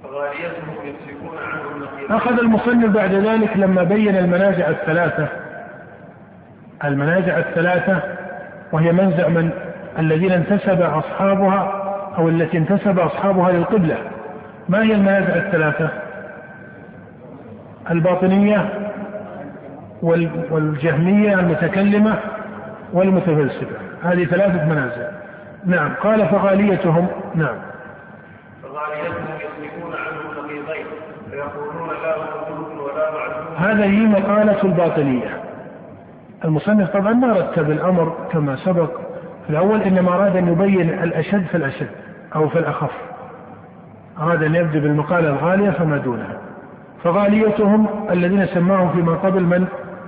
فغاليتهم يمسكون عنه النقيضين. أخذ المصنف بعد ذلك لما بين المنازع الثلاثة وهي منزع من الذين انتسب أصحابها أو التي انتسب أصحابها للقبلة. ما هي المنازع الثلاثة؟ الباطنية والجهمية المتكلمة والمتفلسفة، هذه ثلاثة منازع. نعم. قال فغاليتهم. نعم. فغاليتهم يسلكون عنه النقيضين فيقولون لا موجود ولا معدوم. هذا هي مقالة الباطنية. المصنف طبعا ما رتب الأمر كما سبق في الأول، إنما أراد أن يبين الأشد في الأشد أو في الأخف، أراد أن يبدأ بالمقالة الغالية فما دونها. فغاليتهم الذين سماهم فيما قبل من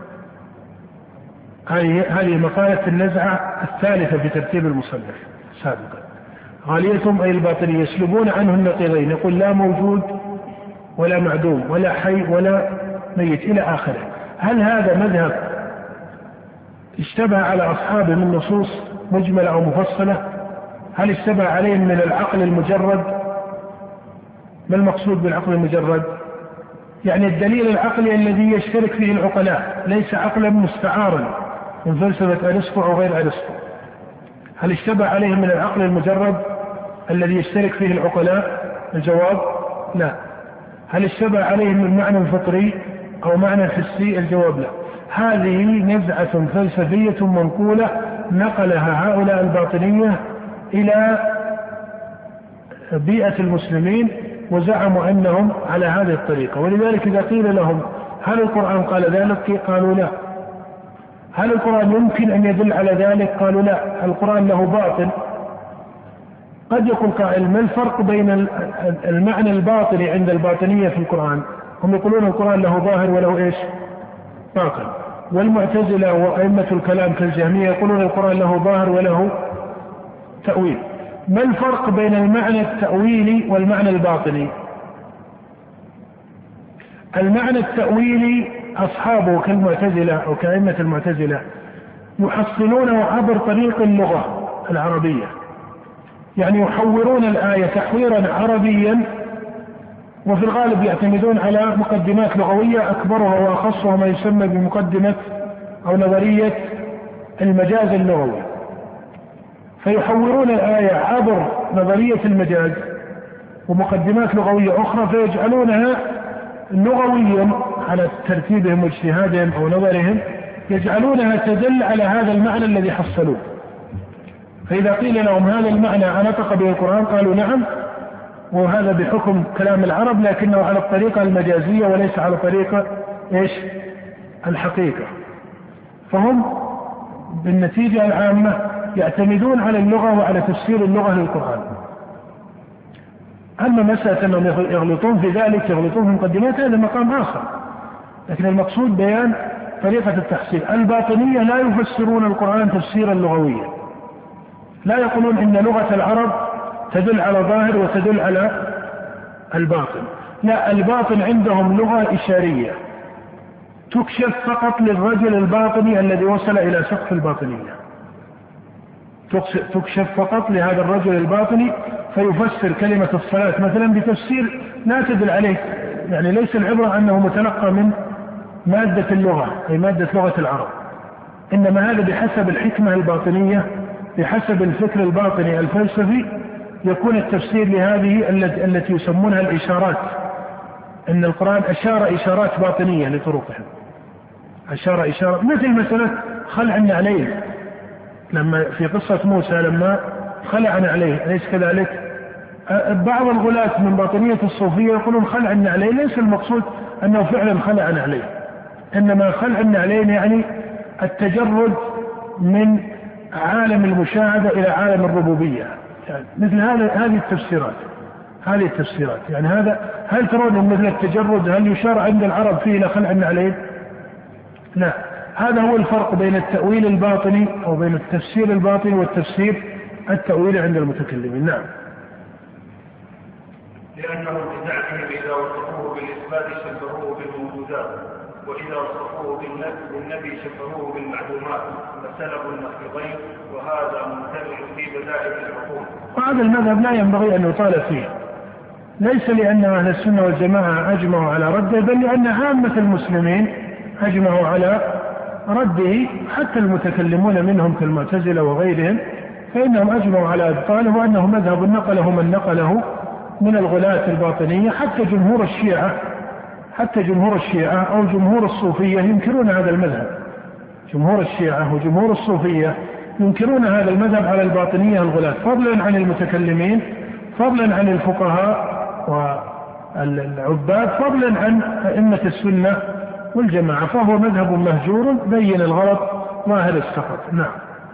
هذه مقالة النزعة الثالثة في ترتيب المصنف سابقا. غاليتهم أي الباطنية يسلبون عنه النقيضين، يقول لا موجود ولا معدوم ولا حي ولا ميت إلى آخره. هل هذا مذهب اشتبه على أصحابه من نصوص مجملة أو مفصلة؟ هل اشتبه عليهم من العقل المجرد؟ ما المقصود بالعقل المجرد؟ يعني الدليل العقلي الذي يشترك فيه العقلاء، ليس عقلا مستعارا من فلسفة أرسطو أو غير أرسطو. هل اشتبه عليهم من العقل المجرد الذي يشترك فيه العقلاء؟ الجواب لا. هل اشتبه عليهم من معنى فطري أو معنى حسي؟ الجواب لا. هذه نزعة فلسفية منقولة نقلها هؤلاء الباطنية إلى بيئة المسلمين وزعموا أنهم على هذه الطريقة. ولذلك إذا قيل لهم هل القرآن قال ذلك؟ قالوا لا. هل القرآن يمكن أن يدل على ذلك؟ قالوا لا. القرآن له باطن. قد يقول قائل ما الفرق بين المعنى الباطني عند الباطنية في القرآن؟ هم يقولون القرآن له ظاهر وله إيش؟ باطن. والمعتزلة وأئمة الكلام كالجهمية يقولون القرآن له ظاهر وله تأويل. ما الفرق بين المعنى التأويلي والمعنى الباطني؟ المعنى التأويلي أصحابه كالمعتزلة أو كأئمة المعتزلة يحصلونه عبر طريق اللغة العربية، يعني يحورون الآية تحويرا عربيا، وفي الغالب يعتمدون على مقدمات لغوية أكبرها وأخصها ما يسمى بمقدمة أو نظرية المجاز اللغوي، فيحورون الآية عبر نظرية المجاز ومقدمات لغوية أخرى فيجعلونها لغويا على ترتيبهم واجتهادهم أو نظرهم، يجعلونها تدل على هذا المعنى الذي حصلوه. فإذا قيل لهم هذا المعنى نطق به القرآن قالوا نعم، وهذا بحكم كلام العرب لكنه على الطريقة المجازية وليس على طريقة إيش؟ الحقيقة. فهم بالنتيجة العامة يعتمدون على اللغة وعلى تفسير اللغة للقرآن. أما مسألة أنهم يغلطون في ذلك، يغلطون في مقدمات، هذا مقام آخر، لكن المقصود بيان طريقة التحصيل. الباطنية لا يفسرون القرآن تفسيرا لغويا، لا يقولون إن لغة العرب تدل على ظاهر وتدل على الباطن، لا، الباطن عندهم لغة إشارية تكشف فقط للرجل الباطني الذي وصل إلى سقف الباطنية، تكشف فقط لهذا الرجل الباطني فيفسر كلمة الصلاة مثلا بتفسير لا تدل عليه، يعني ليس العبرة أنه متلقى من مادة اللغة أي مادة لغة العرب، إنما هذا بحسب الحكمة الباطنية، بحسب الفكر الباطني الفلسفي يكون التفسير لهذه التي يسمونها الإشارات، إن القرآن أشار إشارات باطنية لطرقهم، أشار إشارة مثل مثلا خلع النعلين، لما في قصة موسى لما خلع عليه، أليس كذلك؟ بعض الغلاة من باطنية الصوفية يقولون خلع النعلين ليس المقصود أنه فعلا خلع عليه، إنما خلع النعلين يعني التجرد من عالم المشاهدة إلى عالم الربوبية، يعني مثل هذه التفسيرات يعني هذا، هل ترون أن مثل التجرد هل يشار عند العرب فيه إلى خلع النعلين؟ لا. هذا هو الفرق بين التأويل الباطني أو بين التفسير الباطني والتفسير التأويل عند المتكلمين. نعم. لأنه بزعمهم إذا وصفوه بالإثبات شبهوه بالموجودات، وإذا وصفوه بالنبي شبهوه بالمعلومات، فسلبوا النقيضين، وهذا ممتنع في بدائل العقول. وهذا المذهب لا ينبغي أن يطال فيه، ليس لأن أهل السنة والجماعة أجمعوا على رده، بل لأن عامة المسلمين أجمعوا على رده، حتى المتكلمون منهم كالمعتزلة وغيرهم فإنهم أجمعوا على إبطاله، وأنه مذهب نقله من نقله من الغلاة الباطنية. حتى جمهور الشيعة أو جمهور الصوفية ينكرون هذا المذهب. جمهور الشيعة وجمهور الصوفية ينكرون هذا المذهب على الباطنية الغلاة، فضلا عن المتكلمين، فضلا عن الفقهاء والعباد، فضلا عن أئمة السنة والجماعة، فهو مذهب مهجور بين الغلط ظاهر السقط. نعم.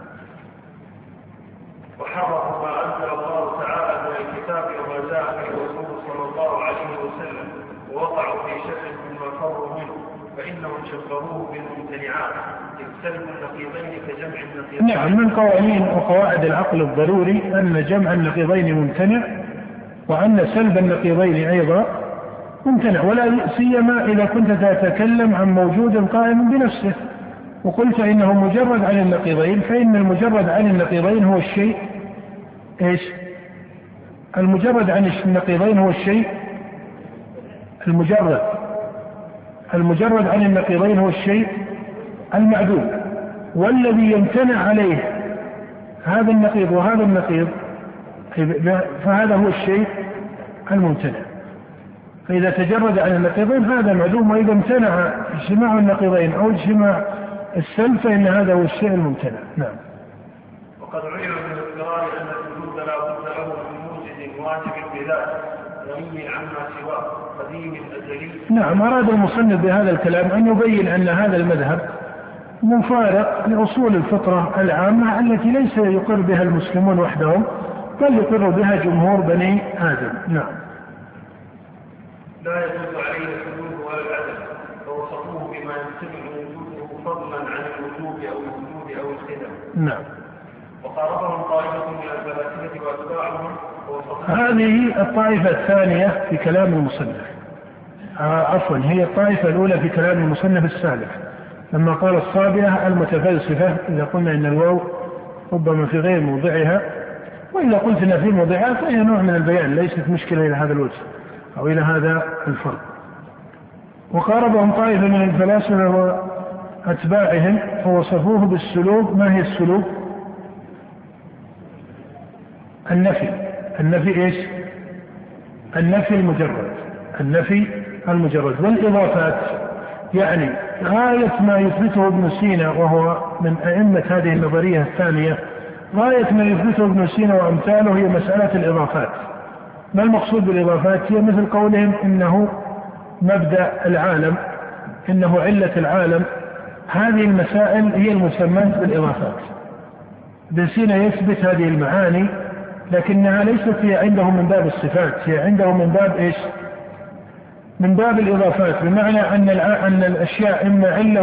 وحرفوا ما أنزل الله تعالى من الكتاب وما جاء به الرسول صلى الله عليه وسلم، ووقعوا في شك مما فروا منه، فإنهم شبهوه بالممتنعات، سلب النقيضين كجمع النقيضين. نعم، من قوانين وقواعد العقل الضروري أن جمع النقيضين ممتنع، وأن سلب النقيضين أيضا ممتنع، ولا سيما إذا كنت تتكلم عن موجود قائم بنفسه وقلت إنه مجرد عن النقيضين، فإن المجرد عن النقيضين هو الشيء إيش؟ المجرد عن النقيضين هو الشيء المجرد عن النقيضين هو الشيء المعدوم، والذي يمتنع عليه هذا النقيض وهذا النقيض فهذا هو الشيء الممتنع. فإذا تجرد عن النقيضين هذا معدوم، وإذا امتنع اجتماع النقيضين أو اجتماع السلب فإن هذا هو الشيء الممتنع. نعم. وقد علم من القرار أن الوجود لا بد له من موجد واجب بذات غني عما سواه قديم أزلي. نعم، أراد المصنف بهذا الكلام أن يبين أن هذا المذهب مفارق لأصول الفطرة العامة التي ليس يقر بها المسلمون وحدهم، بل يقر بها جمهور بني آدم. نعم. لا يجوز عليه الحدود ولا العدم، فوصفوه بما يمتنع وجوده فضلا عن الوجود أو الوجود أو الخدم. نعم. وقاربهم طائفة من الفلاسفة وأتباعهم. هذه الطائفة الثانية في كلام المصنف، عفوا هي الطائفة الأولى في كلام المصنف السابق لما قال الصابئة المتفلسفة، إذا قلنا إن الواو ربما في غير موضعها، وإذا قلت إن في موضعها فهي نوع من البيان، ليست مشكلة إلى هذا الوجه أو إلى هذا الفرق. وقاربهم طائفة من الفلاسفة وأتباعهم فوصفوه بالسلوك. ما هي السلوك؟ النفي إيش؟ النفي المجرد والإضافات، يعني غاية ما يثبته ابن سينا وهو من أئمة هذه النظرية الثانية، غاية ما يثبته ابن سينا وأمثاله هي مسألة الإضافات. ما المقصود بالإضافات؟ هي مثل قولهم إنه مبدأ العالم، إنه علة العالم. هذه المسائل هي المسمات بالإضافات. ابن سينا يثبت هذه المعاني، لكنها ليست هي عنده من باب الصفات، هي عنده من باب إيش؟ من باب الإضافات، بمعنى أن الأشياء إما علة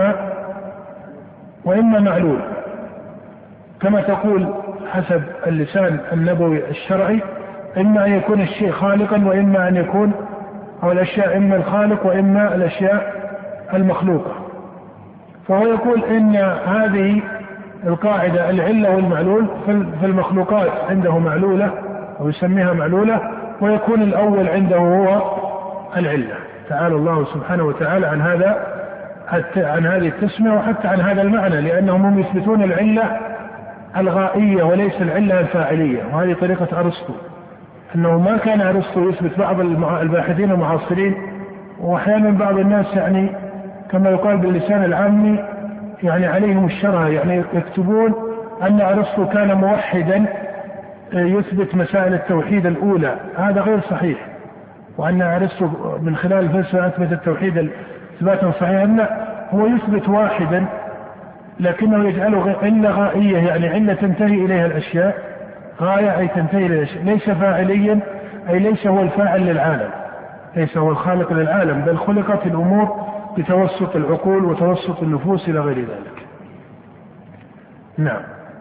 وإما معلول، كما تقول حسب اللسان النبوي الشرعي إما أن يكون الشيء خالقا وإما أن يكون، أو الأشياء إما الخالق وإما الأشياء المخلوقة. فهو يقول إن هذه القاعدة العلة والمعلول في المخلوقات عنده معلولة أو يسميها معلولة، ويكون الأول عنده هو العلة. تعالى الله سبحانه وتعالى عن هذه التسمية وحتى عن هذا المعنى، لأنهم يثبتون العلة الغائية وليس العلة الفاعلية، وهذه طريقة أرسطو، أنه ما كان أرسطو يثبت. بعض الباحثين المعاصرين وأحيانا بعض الناس يعني كما يقال باللسان العامي يعني عليهم الشرع، يعني يكتبون أن أرسطو كان موحدا يثبت مسائل التوحيد الأولى. هذا غير صحيح، وأن أرسطو من خلال الفلسفة أثبت التوحيد إثباتا صحيحا. لا، هو يثبت واحدا لكنه يجعله علة غائية، يعني علة تنتهي إليها الأشياء، غاية أي تنتهي إليها الأشياء، ليس فاعليا أي ليس هو الفاعل للعالم، ليس هو الخالق للعالم، بل خلقت الأمور بتوسط العقول وتوسط النفوس إلى غير ذلك. نعم.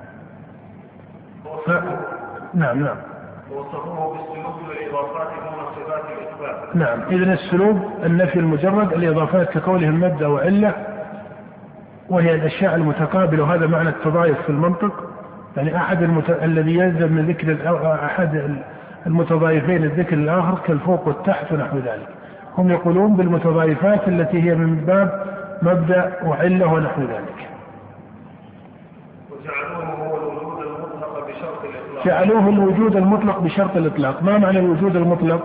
نعم. وصفوه بالسلوك والإضافات دون صفات الإثبات. نعم، إذن السلوك النفي المجرد، الإضافات كقولهم مبدأ وعلة، وهي الأشياء المتقابلة، وهذا معنى التضايف في المنطق، يعني الذي يلزم من ذكر أحد المتضايفين الذكر الآخر كالفوق والتحت ونحو ذلك. هم يقولون بالمتضايفات التي هي من باب مبدأ وعلة ونحو ذلك. جعلوه الوجود المطلق بشرط الإطلاق. ما معنى الوجود المطلق؟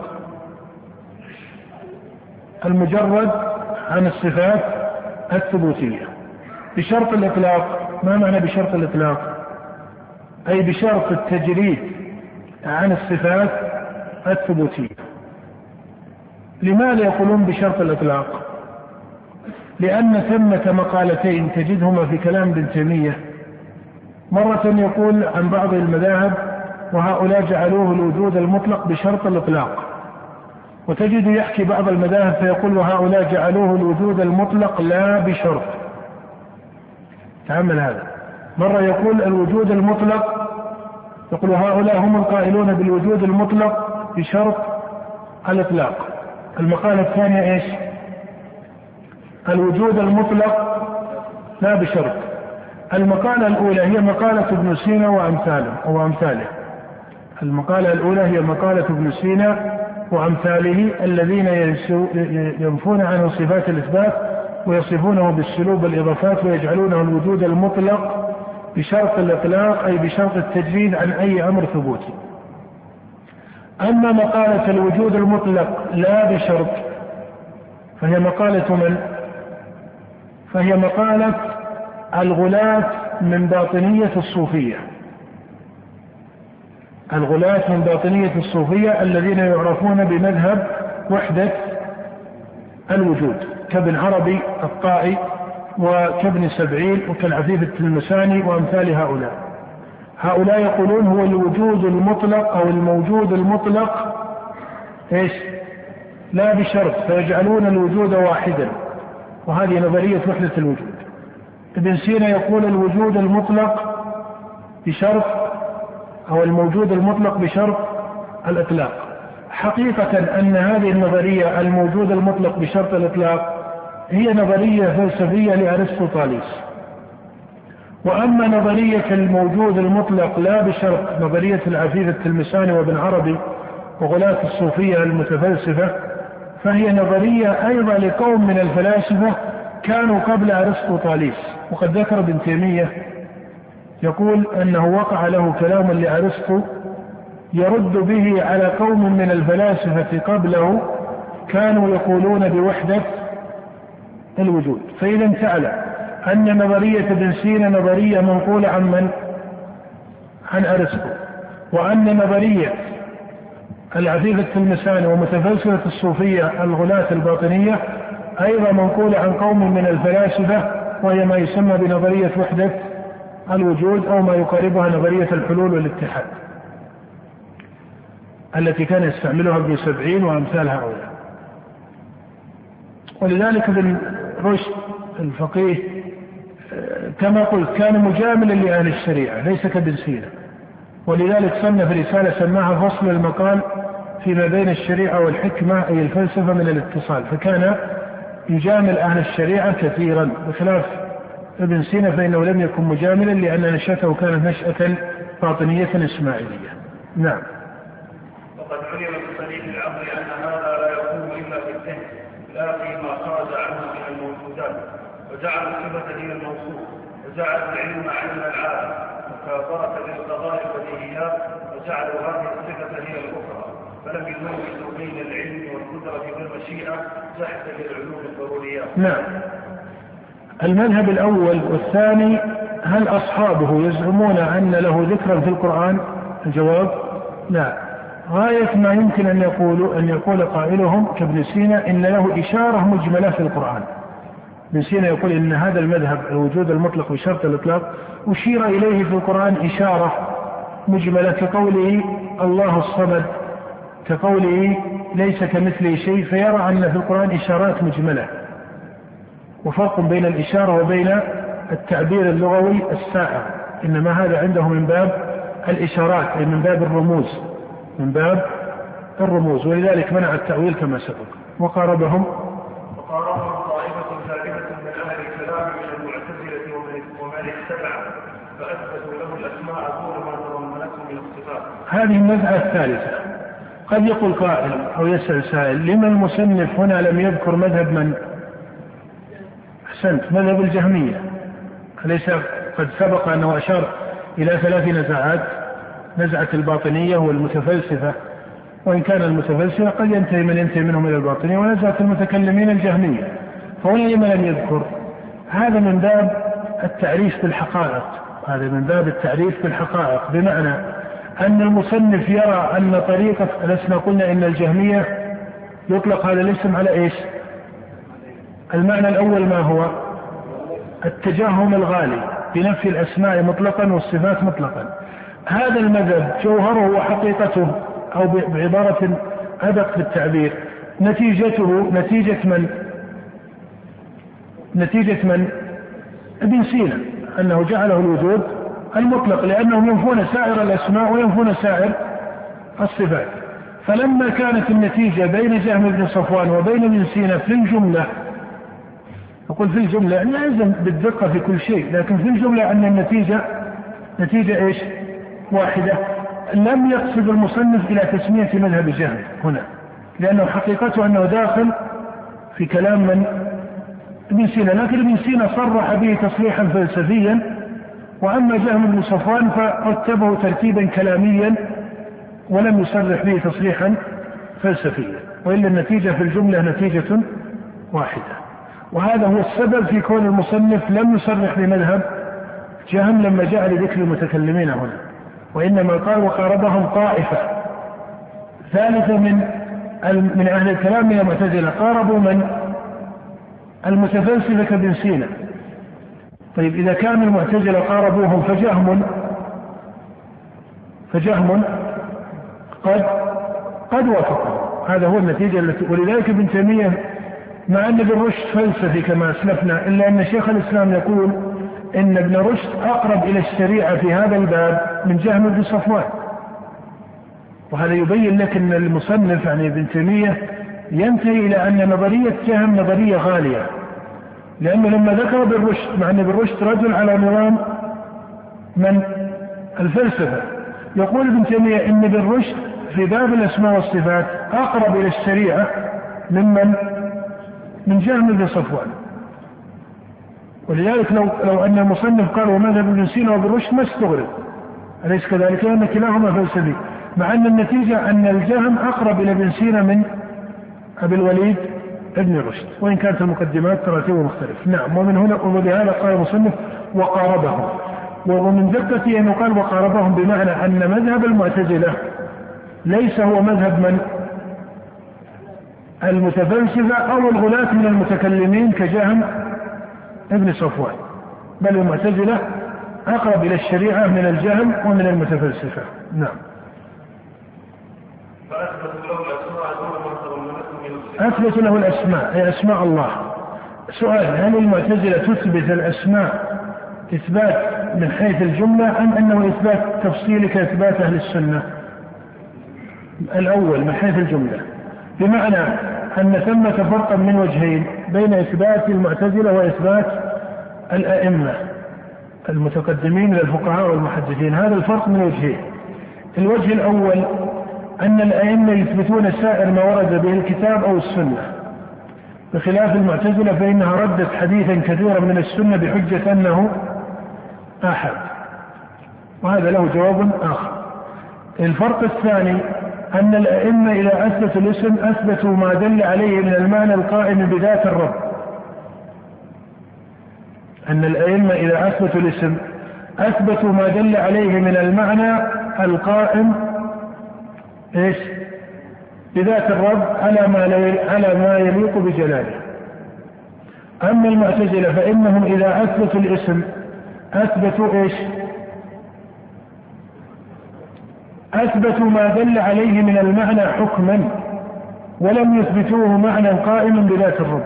المجرد عن الصفات الثبوتية. بشرط الإطلاق ما معنى بشرط الإطلاق؟ أي بشرط التجريد عن الصفات الثبوتية. لماذا يقولون بشرط الإطلاق؟ لأن ثمة مقالتين تجدهما في كلام ابن تيمية. مرة يقول عن بعض المذاهب وهؤلاء جعلوه الوجود المطلق بشرط الإطلاق، وتجد يحكي بعض المذاهب فيقول وهؤلاء جعلوه الوجود المطلق لا بشرط. تعمل هذا. مرة يقول الوجود المطلق، يقول هؤلاء هم القائلون بالوجود المطلق بشرط الإطلاق. المقالة الثانية إيش؟ الوجود المطلق لا بشرط. المقالة الأولى هي مقالة ابن سينا وأمثاله. المقالة الأولى هي مقالة ابن سينا وأمثاله الذين ينفون عنه صفات الإثبات ويصفونه بالسلوب والإضافات ويجعلونه الوجود المطلق بشرط الإطلاق، أي بشرط التجريد عن أي أمر ثبوتي. أما مقالة الوجود المطلق لا بشرط فهي مقالة من؟ فهي مقالة الغلاة من باطنية الصوفية. الغلاة من باطنية الصوفية الذين يعرفون بمذهب وحدة الوجود كابن عربي الطائي وكابن سبعين وكالعفيف التلمساني وأمثال هؤلاء. هؤلاء يقولون هو الوجود المطلق أو الموجود المطلق إيش؟ لا بشرط، فيجعلون الوجود واحدا، وهذه نظرية وحدة الوجود. ابن سينا يقول الوجود المطلق بشرط أو الموجود المطلق بشرط الإطلاق. حقيقة أن هذه النظرية الموجود المطلق بشرط الإطلاق هي نظرية فلسفية لأرسطوطاليس. وأما نظرية الموجود المطلق لا بشرط نظرية العفيف التلمساني وابن عربي وغلاة الصوفية المتفلسفة فهي نظرية أيضا لقوم من الفلاسفة كانوا قبل أرسطوطاليس. وقد ذكر ابن تيمية يقول أنه وقع له كلام لأرسطو يرد به على قوم من الفلاسفة قبله كانوا يقولون بوحدة الوجود. فإذا تعلم أن نظرية ابن سينا نظرية منقولة عن من؟ عن أرسطو، وأن نظرية العفيف التلمساني ومتفلسفة الصوفية الغلاة الباطنية أيضا منقولة عن قوم من الفلاسفة، وهي ما يسمى بنظرية وحدة الوجود أو ما يقاربها نظرية الحلول والاتحاد التي كان يستعملها ابن سبعين وأمثال هؤلاء. ولذلك ابن رشد الفقيه كما قلت كان مجاملا لأهل الشريعة ليس كابن سينا، ولذلك صنف رسالة سماها فصل المقال فيما بين الشريعة والحكمة أي الفلسفة من الاتصال، فكان يجامل أهل الشريعة كثيرا بخلاف ابن سينا فإنه لم يكن مجاملا لأن نشأته كانت نشأة باطنية إسماعيلية. نعم. وقد علم بصريح العقل أن هذا لا يكون إلا في الذهن لا فيما خرج عنه من الموجودات، وجعل الصفة هي الموصوف، وجعل العلم علم العالم مكافرة للقضاء البديهيات، وجعلوا هذه الصفة هي الأخرى، فلم يميزوا بين العلم والقدرة والمشيئة تحت للعلوم الضروريات. نعم. المذهب الأول والثاني هل أصحابه يزعمون أن له ذكرا في القرآن؟ الجواب لا. غاية ما يمكن أن يقول قائلهم كابن سينا إن له إشارة مجملة في القرآن. ابن سينا يقول إن هذا المذهب الوجود المطلق بشرط الإطلاق أشير إليه في القرآن إشارة مجملة كقوله الله الصمد، كقوله ليس كمثله شيء، فيرى أن في القرآن إشارات مجملة، وفرق بين الإشارة وبين التعبير اللغوي السائر، إنما هذا عنده من باب الإشارات أي من باب الرموز، ولذلك منع التأويل كما سبق. وقاربهم طائفة ثالثة من أهل الكلام من المعتزلة ومن اتبعه فأثبتوا له الأسماء دون ما تضمنته من الصفات. هذه النزعة الثالثة قد يقول قائل أو يسأل سائل: لما المصنف هنا لم يذكر مذهب من؟ أحسنت، مذهب الجهمية. أليس قد سبق أنه أشار إلى 3 نزعات: نزعة الباطنية والمتفلسفة، وإن كان المتفلسفة قد ينتهي من ينتهي منهم إلى الباطنية، ونزعة المتكلمين الجهمية. فهنا لما لم يذكر؟ هذا من باب التعريف بالحقائق، هذا من باب التعريف بالحقائق، بمعنى أن المصنف يرى أن طريقة، لسنا قلنا إن الجهمية يطلق هذا الاسم على إيش؟ المعنى الأول ما هو؟ التجهم الغالي بنفي الأسماء مطلقا والصفات مطلقا. هذا المذهب جوهره وحقيقته، أو بعبارة أدق في التعبير، نتيجته نتيجة من؟ ابن سينا، أنه جعله الوجود المطلق، لأنهم ينفون سائر الأسماء وينفون سائر الصفات. فلما كانت النتيجة بين جهم بن صفوان وبين ابن سينا في الجملة، أقول في الجملة يعني لا يلزم بالدقة في كل شيء، لكن في الجملة أن نتيجة إيش؟ واحدة. لم يقصد المصنف إلى تسمية مذهب جهم هنا، لأنه حقيقته أنه داخل في كلام من؟ ابن سينا، لكن ابن سينا صرح به تصريحا فلسفيا، وأما جهم بن صفوان فرتبه ترتيبا كلاميا ولم يصرح به تصريحا فلسفيا، وإلا النتيجة في الجملة نتيجة واحدة. وهذا هو السبب في كون المصنف لم يصرح بمذهب جهم لما جاء لذكر المتكلمين هنا، وإنما قال وقاربهم طائفة ثالثة من أهل الكلام من المعتزلة، قاربوا من؟ المتفلسفة كابن سينا. طيب إذا كان المعتزلة قاربوهم فجهم قد وافقوا، هذا هو النتيجة ولذلك ابن تيمية مع أن ابن رشد فلسفي كما أسلفنا، إلا أن شيخ الإسلام يقول إن ابن رشد أقرب إلى الشريعة في هذا الباب من جهم بن صفوان. وهذا يبين لك أن المصنف يعني ابن تيمية ينتهي إلى أن نظرية جهم نظرية غالية، لأنه لما ذكر ابن رشد، مع أن ابن رشد رجل على نظام من؟ الفلسفة، يقول ابن تيمية إن ابن رشد في باب الأسماء والصفات أقرب إلى الشريعة من جهم بن صفوان. ولذلك لو أن المصنف قال ومذهب ابن سينا وابن رشد ما استغرب، أليس كذلك؟ لأن كلاهما فلسفي، مع أن النتيجة أن الجهم أقرب إلى ابن سينا من أبي الوليد ابن رشد، وإن كانت المقدمات ترتيبه مختلف. نعم، ومن هنا ولهذا قال المصنف وقاربهم، ومن دقته أنه قال وقاربهم بمعنى أن مذهب المعتزلة ليس هو مذهب من؟ المتفلسفة أو الغلاة من المتكلمين كجهم ابن صفوان، بل المعتزلة أقرب إلى الشريعة من الجهم ومن المتفلسفة. نعم. أثبت له الأسماء، أي أسماء الله. سؤال: هل المعتزلة تثبت الأسماء إثبات من حيث الجملة أم أنه إثبات تفصيلي كإثبات أهل السنة؟ الأول من حيث الجملة، بمعنى أن ثمة فرقا من وجهين بين إثبات المعتزلة وإثبات الأئمة المتقدمين للفقهاء والمحدثين. هذا الفرق من وجهين: الوجه الأول أن الأئمة يثبتون سائر ما ورد به الكتاب أو السنة، بخلاف المعتزلة فإنها ردت حديثا كثيرا من السنة بحجة أنه آحاد، وهذا له جواب آخر. الفرق الثاني أن الأئمة إذا أثبتوا الاسم أثبتوا ما دل عليه من المعنى القائم بذات الرب. أن الأئمة إذا أثبتوا الاسم أثبتوا ما دل عليه من المعنى القائم إيش؟ بذات الرب على ما يليق بجلاله. أما المعتزلة فإنهم إذا أثبتوا الاسم أثبتوا إيش؟ أثبتوا ما دل عليه من المعنى حكما، ولم يثبتوه معنى قائما بذات الرب.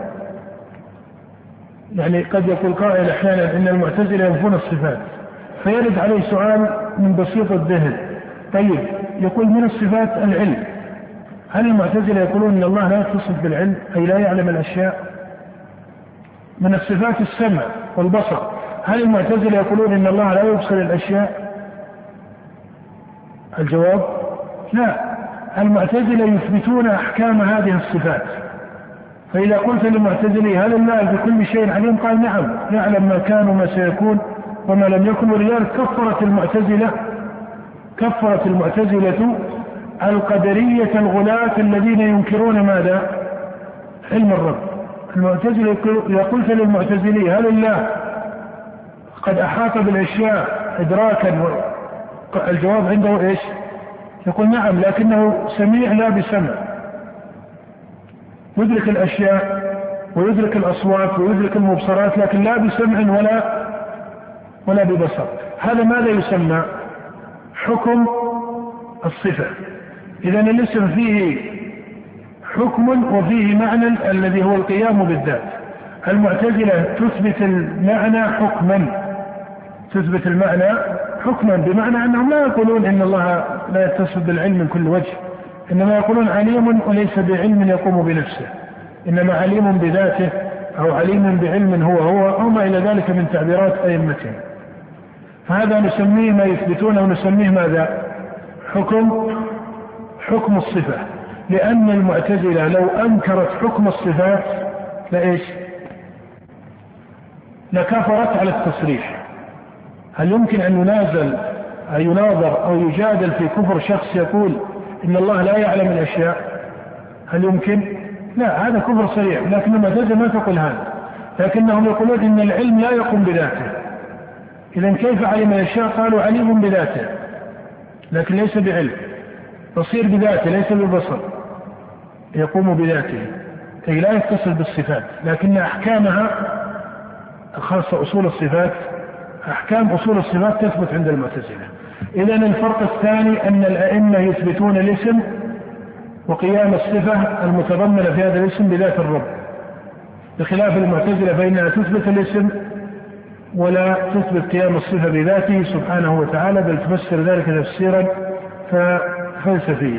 يعني قد يقول قائل أحيانا إن المعتزلة ينفون الصفات، فيرد عليه سؤال من بسيط الذهن: طيب، يقول من الصفات العلم، هل المعتزلة يقولون إن الله لا يتصف بالعلم أي لا يعلم الأشياء؟ من الصفات السمع والبصر، هل المعتزلة يقولون إن الله لا يبصر الأشياء؟ الجواب لا. المعتزلة يثبتون أحكام هذه الصفات. فإذا قلت للمعتزلي هل الله بكل شيء عليم؟ قال نعم، يعلم ما كان وما سيكون وما لم يكن. ولذلك كفرت المعتزلة القدرية الغلاة الذين ينكرون ماذا؟ علم الرب. المعتزلة إذا قلت للمعتزلي هل الله قد أحاط بالأشياء إدراكا، الجواب عنده إيش؟ يقول نعم، لكنه سميع لا بسمع، يدرك الأشياء ويدرك الأصوات ويدرك المبصرات، لكن لا بسمع ولا ببصر. هذا ماذا يسمى؟ حكم الصفة. إذا الاسم فيه حكم وفيه معنى الذي هو القيام بالذات. المعتزلة تثبت المعنى حكما، بمعنى أنهم لا يقولون إن الله لا يتصف بالعلم من كل وجه، إنما يقولون عليم وليس بعلم يقوم بنفسه، إنما عليم بذاته أو عليم بعلم هو أو ما إلى ذلك من تعبيرات أئمتهم. فهذا نسميه ما يثبتونه ونسميه ماذا؟ حكم الصفة. لأن المعتزلة لو أنكرت حكم الصفات لكفرت على التصريح. هل يمكن أن يناظر أو يجادل في كفر شخص يقول إن الله لا يعلم الأشياء؟ هل يمكن؟ لا، هذا كفر صريح. لكن المعتزلة ما تقول هذا، لكنهم يقولون إن العلم لا يقوم بذاته. إذن كيف علم الأشياء؟ قالوا عليم بذاته لكن ليس بعلم، بصير بذاته ليس ببصر، يقوم بذاته أي لا يتصل بالصفات، لكن أحكامها خاصة أصول الصفات، أحكام أصول الصفات تثبت عند المعتزلة. إذن الفرق الثاني أن الأئمة يثبتون الاسم وقيام الصفة المتضمنة في هذا الاسم بذات الرب، بخلاف المعتزلة فإنها تثبت الاسم ولا تثبت قيام الصفة بذاته سبحانه وتعالى، بل تفسر ذلك تفسيرا فلسفيا.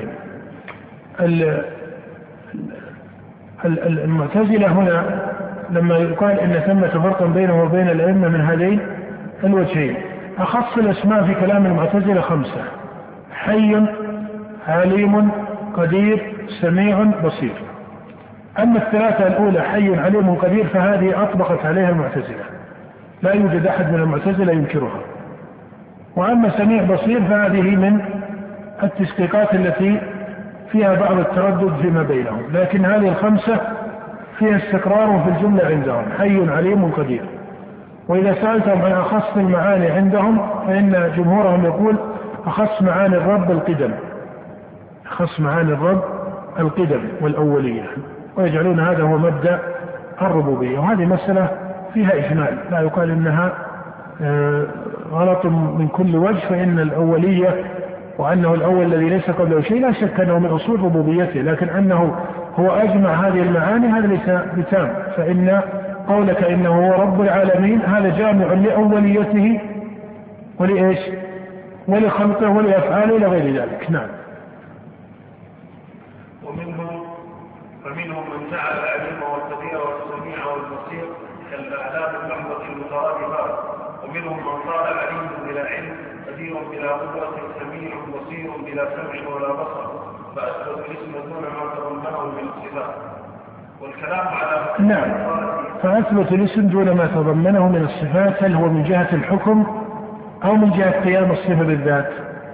المعتزلة هنا لما يقال إن ثمة فرقا بينه وبين الأئمة من هذين الوجهين، أخص الأسماء في كلام المعتزلة 5: حي، عليم، قدير، سميع، بصير. أما الثلاثة الأولى حي عليم قدير فهذه أطبقت عليها المعتزلة، لا يوجد أحد من المعتزلة ينكرها. وأما سميع بصير فهذه من التشقيقات التي فيها بعض التردد فيما بينهم، لكن هذه 5 فيها استقرار في الجملة عندهم: حي عليم قدير. وإذا سألتهم عن أخص المعاني عندهم فإن جمهورهم يقول أخص معاني الرب القدم، أخص معاني الرب القدم والأولية، ويجعلون هذا هو مبدأ الربوبية. وهذه مسألة فيها إجمال، لا يقال إنها غلط من كل وجه، فإن الأولية وأنه الأول الذي ليس قبله شيء لا شك أنه من أصول ربوبيته، لكن أنه هو أجمع هذه المعاني هذا ليس بتام. فإن قولك إنه هو رب العالمين هذا جامع لأوليته ولإيش؟ ولخلقه ولأفعاله إلى غير ذلك. نعم. فمنهم من جعل العليم والقدير والسميع والبصير كالأعلام اللحظة المترادفات، ومنهم من قال عليم بلا علم، قدير بلا قدرة، سميع بصير بلا سمع ولا بصر، فأثبت الاسم دون ما تضمنه من الصفات. والكلام على نعم، فأثبت الاسم دون ما تضمنه من الصفات. هل هو من جهة الحكم أو من جهة قيام الصفة بالذات؟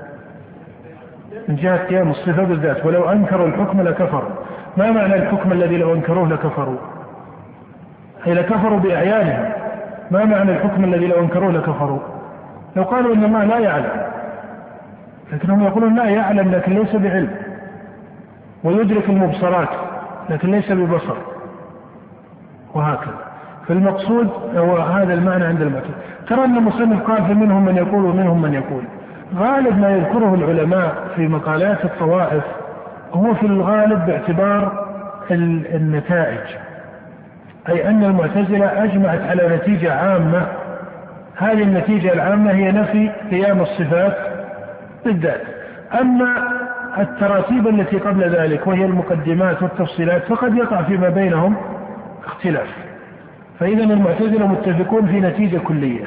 من جهة قيام الصفة بالذات. ولو أنكروا الحكم لكفروا. ما معنى الحكم الذي لو أنكروه لكفروا؟ أي لكفروا بأعيانهم. ما معنى الحكم الذي لو أنكروه لكفروا؟ لو قالوا إن الله لا يعلم، لكنهم يقولون لا يعلم لكن ليس بعلم، ويدرك المبصرات لكن ليس ببصر، وهكذا. فالمقصود هو هذا المعنى عند المعتزلة. ترى أن المصنف قال فمنهم من يقول ومنهم من يقول. غالب ما يذكره العلماء في مقالات الطوائف هو في الغالب باعتبار النتائج، أي أن المعتزلة أجمعت على نتيجة عامة. هذه النتيجة العامة هي نفي قيام الصفات بالذات. أما التراتيب التي قبل ذلك وهي المقدمات والتفصيلات فقد يقع فيما بينهم اختلاف. فإذا المعتزلة متفقون في نتيجة كلية،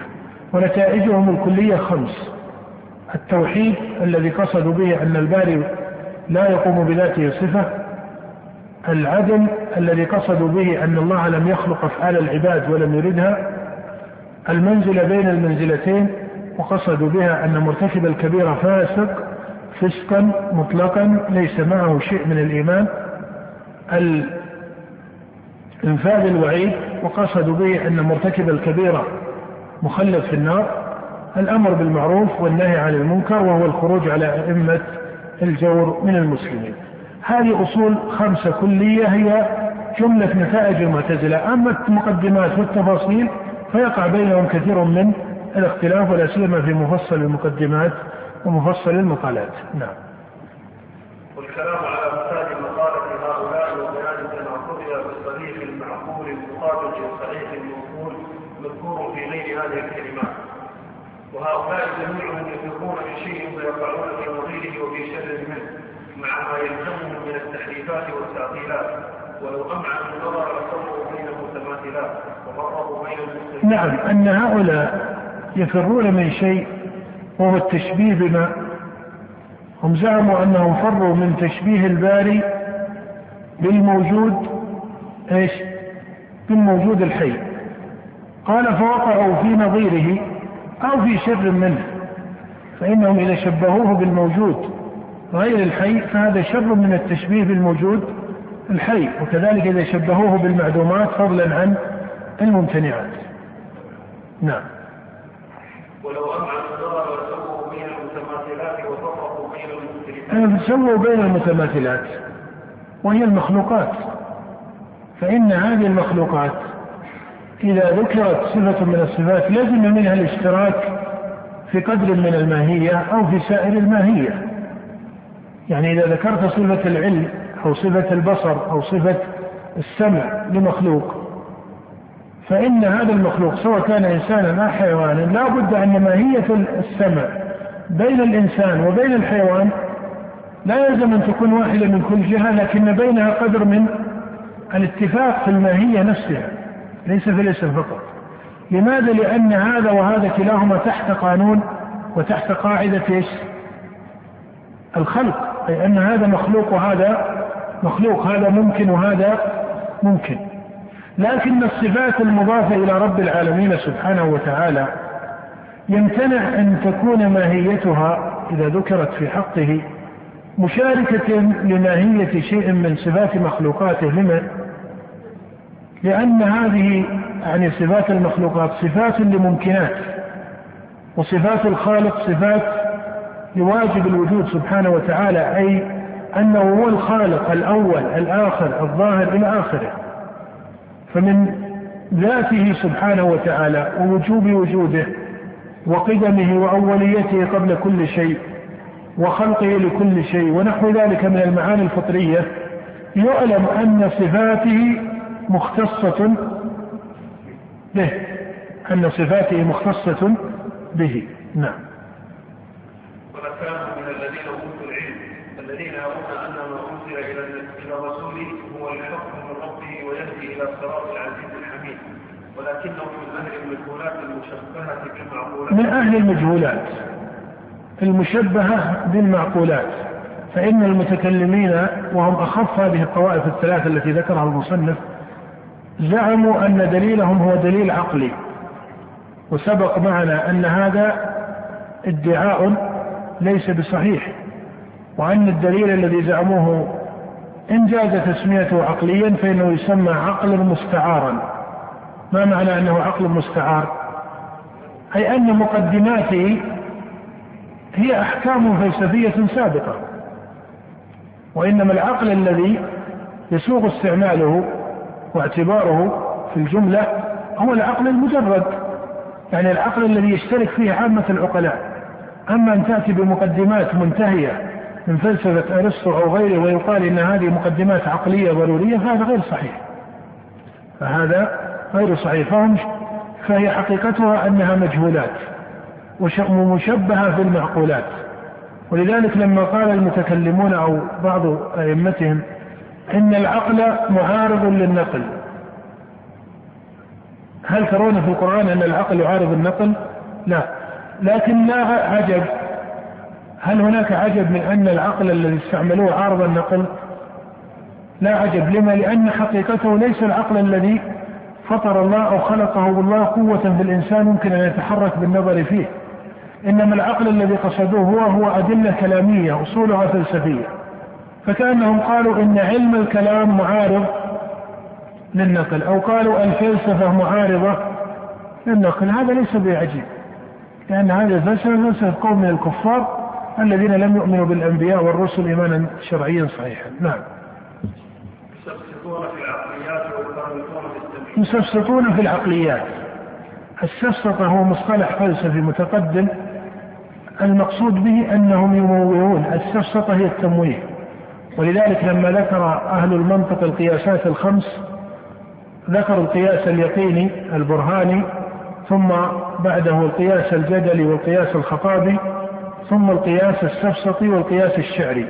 ونتائجهم الكلية 5: التوحيد الذي قصدوا به أن الباري لا يقوم بذاته صفة. العدل الذي قصدوا به أن الله لم يخلق أفعال العباد ولم يردها. المنزلة بين المنزلتين وقصدوا بها أن مرتكب الكبيرة فاسق فسقا مطلقا ليس معه شيء من الإيمان. انفاذ الوعيد وقصدوا به أن مرتكب الكبيرة مخلد في النار. الأمر بالمعروف والنهي عن المنكر وهو الخروج على أئمة الجور من المسلمين. هذه أصول 5 كلية هي جملة نتائج المعتزلة. أما المقدمات والتفاصيل فيقع بينهم كثير من الاختلاف ولا سيما في مفصل المقدمات ومفصل المقالات. نعم. والكلام على مفاد مقالة هؤلاء وبيان تناقضها بالصريح المعقول المقابل للصحيح المنقول مذكور في غير هذه الكلمات. وهؤلاء جميعهم يفرقون بشيء ويقعون في نظيره وفي شر منه مع ما يلزمهم من التحريفات والتعطيلات. ولو أمعن النظر لصروا بين المتماثلات وفرقوا بين المختلفين. نعم، أن هؤلاء يفرون من شيء وهو التشبيه بما هم زعموا أنهم فروا من تشبيه الباري بالموجود بالموجود الحي. قال فوقعوا في نظيره أو في شر منه. فإنهم إذا شبهوه بالموجود غير الحي فهذا شر من التشبيه بالموجود الحي. وكذلك إذا شبهوه بالمعدومات فضلا عن الممتنعات. نعم. ولو أمعن النظر وسووا بين المتماثلات وفرقوا بين المختلفات. سووا بين المتماثلات وهي المخلوقات. فإن هذه المخلوقات إذا ذكرت صفة من الصفات لازم منها الاشتراك في قدر من الماهية أو في سائر الماهية. يعني إذا ذكرت صفة العلم أو صفة البصر أو صفة السمع لمخلوق فإن هذا المخلوق سواء كان إنسانا أو حيوانا لا بد أن ماهية السمع بين الإنسان وبين الحيوان لا يلزم أن تكون واحدة من كل جهة، لكن بينها قدر من الاتفاق في الماهية نفسها ليس في الاسم فقط. لماذا؟ لأن هذا وهذا كلاهما تحت قانون وتحت قاعدة الخلق، أي أن هذا مخلوق وهذا مخلوق، هذا ممكن وهذا ممكن. لكن الصفات المضافة إلى رب العالمين سبحانه وتعالى يمتنع أن تكون ماهيتها إذا ذكرت في حقه مشاركة لماهية شيء من صفات مخلوقاته. لما؟ لأن هذه يعني صفات المخلوقات صفات لممكنات، وصفات الخالق صفات لواجب الوجود سبحانه وتعالى، أي أنه هو الخالق الأول الآخر الظاهر إلى آخره. فمن ذاته سبحانه وتعالى ووجوب وجوده وقدمه وأوليته قبل كل شيء وخلقه لكل شيء ونحو ذلك من المعاني الفطرية يعلم أن صفاته مختصة به، أن صفاته مختصة به. نعم. ولكانوا من الذين أوتوا العلم الذين يرون أن ما أنزل إلى الرسول هو الحق من ربه ويهدي إلى الصراط العزيز الحميد، ولكنهم من أهل المجهولات المشبهة بالمعقولات. من أهل المجهولات المشبهة بالمعقولات. فإن المتكلمين وهم أخف هذه الطوائف الثلاثة التي ذكرها المصنف زعموا أن دليلهم هو دليل عقلي، وسبق معنا أن هذا ادعاء ليس بصحيح، وأن الدليل الذي زعموه إن جاز تسميته عقليا فإنه يسمى عقل مستعارا. ما معنى أنه عقل مستعار؟ أي أن مقدماته هي أحكام فلسفية سابقة، وإنما العقل الذي يسوغ استعماله واعتباره في الجملة هو العقل المجرد، يعني العقل الذي يشترك فيه عامة العقلاء. أما أن تأتي بمقدمات منتهية من فلسفة أرسطو أو غيره ويقال إن هذه مقدمات عقلية ضرورية فهذا غير صحيح، فهذا غير صحيح. فهي حقيقتها أنها مجهولات ومشبهة في المعقولات. ولذلك لما قال المتكلمون أو بعض أئمتهم إن العقل معارض للنقل، هل ترون في القرآن أن العقل يعارض النقل؟ لا. لكن لا عجب هل هناك عجب من أن العقل الذي استعملوه عارض النقل؟ لا عجب. لما؟ لأن حقيقته ليس العقل الذي فطر الله أو خلقه الله قوة في الإنسان ممكن أن يتحرك بالنظر فيه، إنما العقل الذي قصدوه هو أدلة كلامية أصولها فلسفية، فكأنهم قالوا إن علم الكلام معارض للنقل، أو قالوا الفلسفة معارضة للنقل. هذا ليس بعجيب، لأن هذا فلسفة قوم من الكفار الذين لم يؤمنوا بالأنبياء والرسل إيمانا شرعيا صحيحا. نعم. يسفسطون في العقليات. السفسطة هو مصطلح فلسفي متقدم، المقصود به أنهم يموهون. السفسطة هي التمويه، ولذلك لما ذكر أهل المنطق القياسات الخمس ذكروا القياس اليقيني البرهاني، ثم بعده القياس الجدلي والقياس الخطابي، ثم القياس السفسطي والقياس الشعري.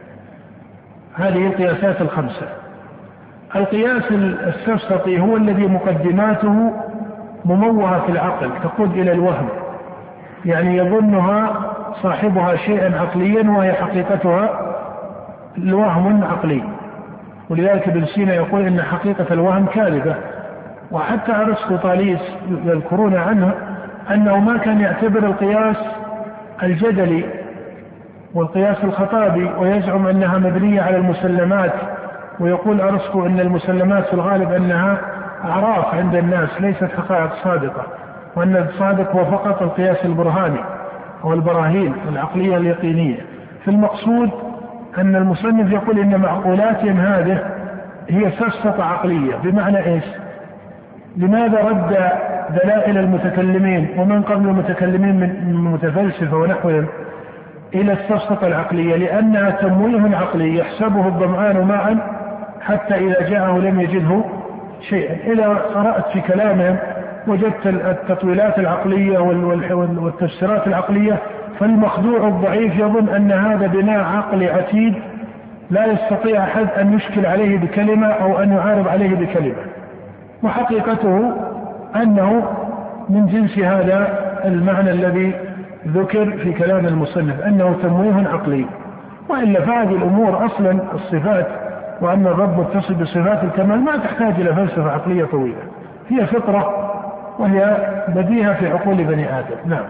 هذه القياسات الخمسة. القياس السفسطي هو الذي مقدماته مموهة في العقل تقود إلى الوهم، يعني يظنها صاحبها شيئا عقليا وهي حقيقتها الوهم عقلي. ولذلك ابن سينا يقول إن حقيقة الوهم كاذبة. وحتى أرسطو طاليس يذكرون عنه أنه ما كان يعتبر القياس الجدلي والقياس الخطابي، ويزعم أنها مبنية على المسلمات، ويقول أرسطو أن المسلمات في الغالب أنها أعراف عند الناس ليست حقائق صادقة، وأن الصادق هو فقط القياس البرهاني أو البراهين العقلية اليقينية. في المقصود أن المصنف يقول إن معقولاتهم هذه هي سفسطة عقلية. بمعنى إيش؟ لماذا رد دلائل المتكلمين ومن قبل المتكلمين من متفلسفة ونحوهم إلى السفسطة العقلية؟ لأنها تمويه عقلي يحسبه الظمآن معا حتى إذا جاءه لم يجده شيئا. إذا قرأت في كلامهم وجدت التطويلات العقلية والتفسيرات العقلية، فالمخدوع الضعيف يظن أن هذا بناء عقلي عتيد لا يستطيع أحد أن يشكل عليه بكلمة أو أن يعارض عليه بكلمة، وحقيقته أنه من جنس هذا المعنى الذي ذكر في كلام المصنف، أنه تمويه عقلي. وإلا فهذه الأمور أصلا الصفات، وأن الرب متصل بصفات الكمال، ما تحتاج إلى فلسفة عقلية طويلة، هي فطرة وهي بديهة في عقول بني آدم. نعم.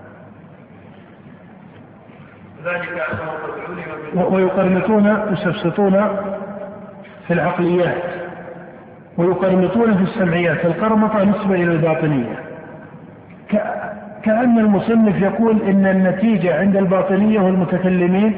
ويقرنطون يسفسطون في العقليات ويقرنطون في السمعيات. القرمطة نسبة إلى الباطنية، كأن المصنف يقول إن النتيجة عند الباطنية والمتكلمين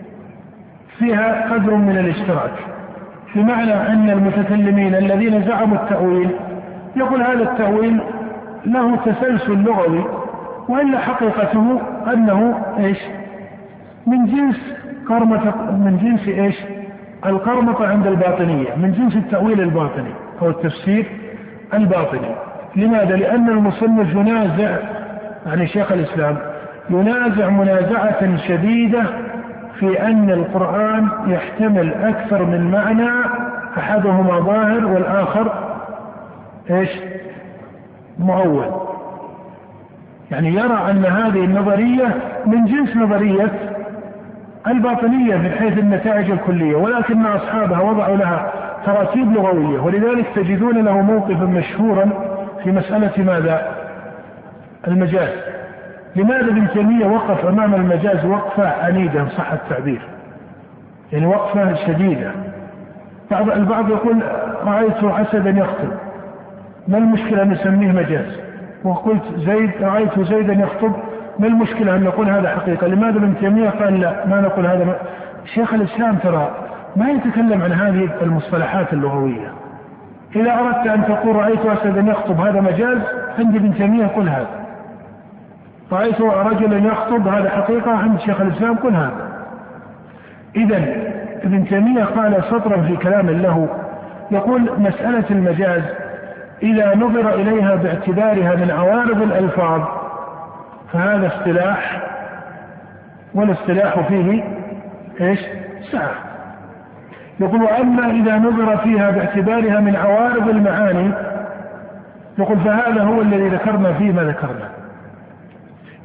فيها قدر من الاشتراك، في معنى أن المتكلمين الذين زعموا التأويل يقول هذا التأويل له تسلسل لغوي، وإلا حقيقته أنه إيش؟ من جنس قرمطة، من جنس إيش؟ القرمطة عند الباطنية، من جنس التأويل الباطني أو التفسير الباطني. لماذا؟ لأن المصنف ينازع، يعني شيخ الإسلام ينازع منازعة شديدة في أن القرآن يحتمل أكثر من معنى، أحدهما ظاهر والآخر إيش؟ مؤول. يعني يرى أن هذه النظرية من جنس نظرية الباطنية من حيث النتائج الكلية، ولكن أصحابها وضعوا لها تراتيب لغوية، ولذلك تجدون له موقفا مشهورا في مسألة ماذا؟ المجاز. لماذا ابن تيمية وقف أمام المجاز وقفة عنيدة صح التعبير، يعني وقفة شديدة؟ البعض يقول رأيت أسدا يخطب، ما المشكلة أن نسميه مجاز؟ وقلت رأيت زيدا يخطب، ما المشكلة أن نقول هذا حقيقة؟ لماذا ابن تيمية قال لا ما نقول هذا؟ شيخ الإسلام ترى ما يتكلم عن هذه المصطلحات اللغوية. إذا أردت أن تقول رأيت أسدا يخطب هذا مجاز، عند ابن تيمية قل هذا. رأيت رجلا يخطب هذا حقيقة، عند شيخ الإسلام قل هذا. إذن ابن تيمية قال سطرا في كلام له يقول مسألة المجاز إذا نظر إليها باعتبارها من عوارض الألفاظ فهذا اصطلاح، والاصطلاح فيه إيش؟ سعة. يقول أما إذا نظر فيها باعتبارها من عوارض المعاني يقول فهذا هو الذي ذكرنا فيه ما ذكرنا.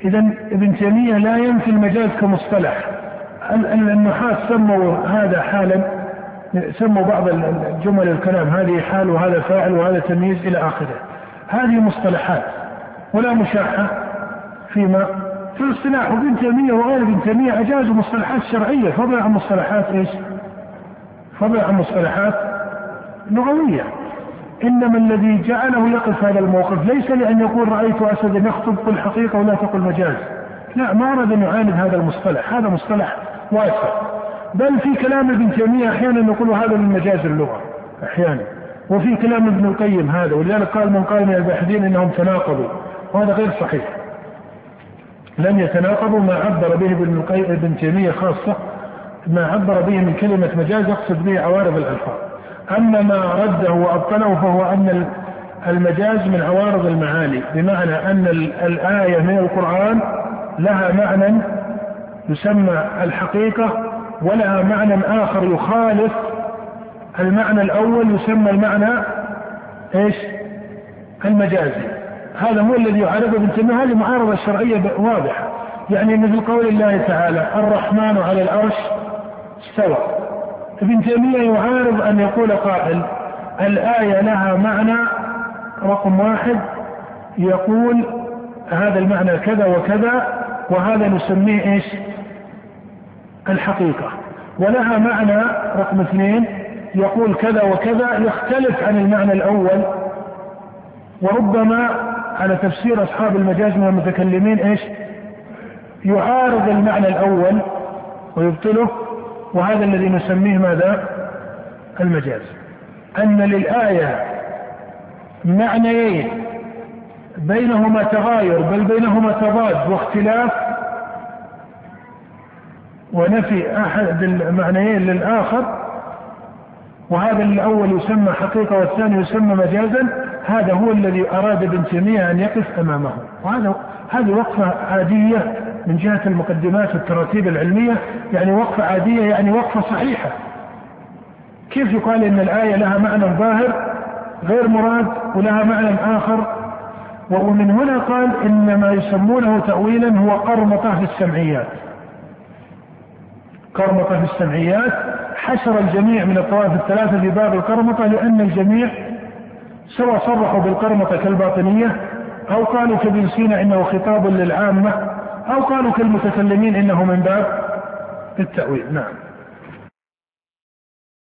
إذا ابن تيمية لا ينفي المجاز كمصطلح. النحاة سموا هذا حالا، سموا بعض الجمل الكلام هذه حال وهذا فاعل وهذا تمييز إلى آخره. هذه مصطلحات ولا مشاحة فيما في الاصطلاح. وابن تيمية وغير ابن تيمية أجازوا مصطلحات شرعية فضلا عن مصطلحات إيش؟ فضلا عن مصطلحات لغوية. إنما الذي جعله يقف هذا الموقف ليس لأن يقول رأيت أسدا يخطب قل حقيقة ولا تقل مجاز، لا، ما أراد أن يعاند هذا المصطلح، هذا مصطلح واسع. بل في كلام ابن تيمية أحيانا يقول هذا من مجاز اللغة أحيانا، وفي كلام ابن القيم هذا، ولذلك قال من قال من الباحثين إنهم تناقضوا، وهذا غير صحيح. لم يتناقضوا. ما عبر به ابن تيمية خاصة ما عبر به من كلمة مجاز يقصد به عوارض الألفاظ. أما ما رده وأبطله فهو أن المجاز من عوارض المعاني، بمعنى أن الآية من القرآن لها معنى يسمى الحقيقة ولها معنى آخر يخالف المعنى الأول يسمى المعنى إيش؟ المجازي. هذا هو الذي يعارضه ابن تيمية. هذه معارضة شرعية واضحة. يعني مثل قول الله تعالى الرحمن على العرش استوى، ابن تيمية يعارض أن يقول قائل الآية لها معنى رقم واحد يقول هذا المعنى كذا وكذا وهذا نسميه إيش؟ الحقيقة، ولها معنى رقم اثنين يقول كذا وكذا يختلف عن المعنى الأول، وربما على تفسير أصحاب المجاز من المتكلمين إيش؟ يعارض المعنى الأول ويبطله، وهذا الذي نسميه ماذا؟ المجاز. أن للآية معنيين بينهما تغاير بل بينهما تضاد واختلاف ونفي أحد المعنيين للآخر، وهذا الأول يسمى حقيقة والثاني يسمى مجازا. هذا هو الذي أراد ابن تيمية أن يقف أمامه، هذه وقفة عادية من جهة المقدمات والتراتيب العلمية، يعني وقفة عادية، يعني وقفة صحيحة. كيف يقال إن الآية لها معنى ظاهر غير مراد ولها معنى آخر؟ ومن هنا قال إن ما يسمونه تأويلا هو قرمطة في السمعيات. قرمطة في السمعيات حشر الجميع من الطوائف الثلاثة في باب القرمطة، لأن الجميع سواء صرحوا بالقرمطة كالباطنية أو قالوا كابن سينا إنه خطاب للعامة أو قالوا كالمتكلمين إنه من باب التأويل. نعم.